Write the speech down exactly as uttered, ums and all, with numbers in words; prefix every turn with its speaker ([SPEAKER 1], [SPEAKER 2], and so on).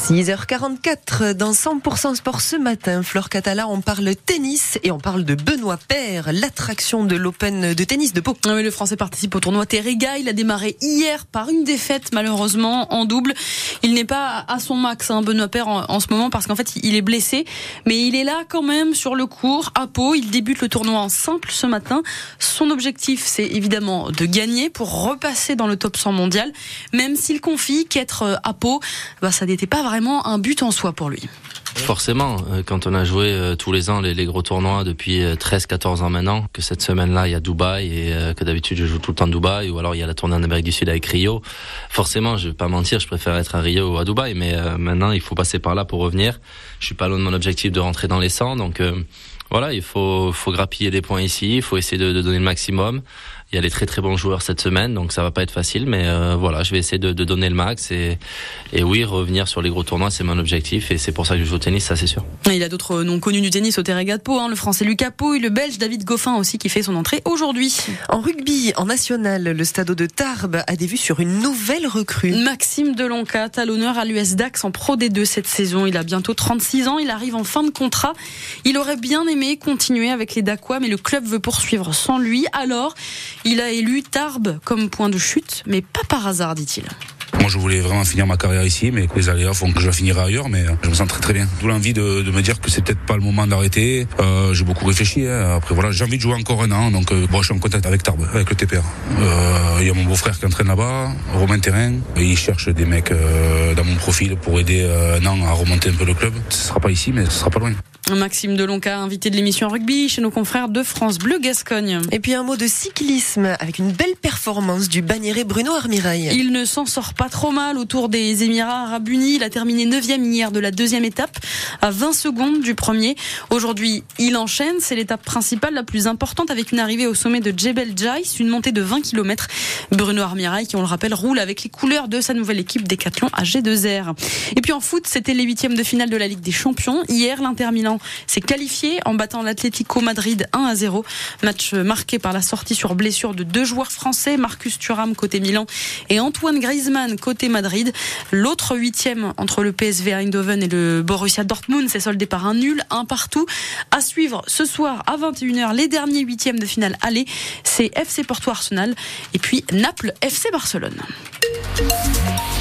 [SPEAKER 1] six heures quarante-quatre dans cent pour cent Sport ce matin. Flore Catala, on parle tennis et on parle de Benoît Paire, l'attraction de l'Open de tennis de Pau.
[SPEAKER 2] Oui, le Français participe au tournoi Terrega. Il a démarré hier par une défaite malheureusement en double. Il n'est pas à son max, hein, Benoît Paire en, en ce moment parce qu'en fait il est blessé, mais il est là quand même sur le court à Pau. Il débute le tournoi en simple ce matin. Son objectif, c'est évidemment de gagner pour repasser dans le top cent mondial, même s'il confie qu'être à Pau, bah, ça n'était pas vraiment un but en soi pour lui.
[SPEAKER 3] Forcément, quand on a joué tous les ans les, les gros tournois depuis treize quatorze ans maintenant, que cette semaine-là il y a Dubaï et que d'habitude je joue tout le temps Dubaï, ou alors il y a la tournée en Amérique du Sud avec Rio, forcément je vais pas mentir, je préfère être à Rio ou à Dubaï, mais euh, maintenant il faut passer par là pour revenir. Je suis pas loin de mon objectif de rentrer dans les cent, donc euh, voilà, il faut, faut grappiller des points ici, il faut essayer de, de donner le maximum. Il y a des très très bons joueurs cette semaine, donc ça va pas être facile, mais euh, voilà, je vais essayer de, de donner le max et, et oui, revenir sur les gros tournois, c'est mon objectif et c'est pour ça que je joue au tennis, ça c'est sûr.
[SPEAKER 2] Il y a d'autres noms connus du tennis au Terrega de Pau, hein, le Français Lucas Pouille, le Belge David Goffin aussi qui fait son entrée aujourd'hui.
[SPEAKER 1] En rugby, en national, le Stade de Tarbes a des vues sur une nouvelle recrue.
[SPEAKER 2] Maxime Delonca, talonneur à l'U S Dax en Pro D deux cette saison. Il a bientôt trente-six ans, il arrive en fin de contrat. Il aurait bien aimé continuer avec les Dacois, mais le club veut poursuivre sans lui. Alors, il a élu Tarbes comme point de chute, mais pas par hasard, dit-il.
[SPEAKER 4] Moi, je voulais vraiment finir ma carrière ici, mais les aléas font que je la finirai ailleurs, mais je me sens très très bien. D'où l'envie de, de me dire que c'est peut-être pas le moment d'arrêter. Euh, j'ai beaucoup réfléchi. Hein. Après, voilà, j'ai envie de jouer encore un an, donc euh, bon, je suis en contact avec Tarbes, avec le T P R. Il euh, y a mon beau-frère qui entraîne là-bas, Romain Terrain. Et il cherche des mecs euh, dans mon profil pour aider euh, un an à remonter un peu le club. Ce sera pas ici, mais ce sera pas loin.
[SPEAKER 2] Maxime Delonca, invité de l'émission Rugby chez nos confrères de France Bleu Gascogne.
[SPEAKER 1] Et puis un mot de cyclisme avec une belle performance du banniéré Bruno Armirail.
[SPEAKER 2] Il ne s'en sort pas trop mal autour des Émirats Arabes Unis. Il a terminé neuvième hier de la deuxième étape à vingt secondes du premier. Aujourd'hui, il enchaîne. C'est l'étape principale la plus importante avec une arrivée au sommet de Jebel Jais, une montée de vingt kilomètres. Bruno Armirail, qui on le rappelle, roule avec les couleurs de sa nouvelle équipe Décathlon A G deux R. Et puis en foot, c'était les huitièmes de finale de la Ligue des Champions. Hier, l'Inter Milan s'est qualifié en battant l'Atlético Madrid un à zéro. Match marqué par la sortie sur blessure de deux joueurs français, Marcus Thuram côté Milan et Antoine Griezmann côté Madrid. L'autre huitième entre le P S V Eindhoven et le Borussia Dortmund s'est soldé par un nul, un partout. À suivre ce soir à vingt et une heures les derniers huitièmes de finale aller. C'est F C Porto Arsenal et puis Naples F C Barcelone.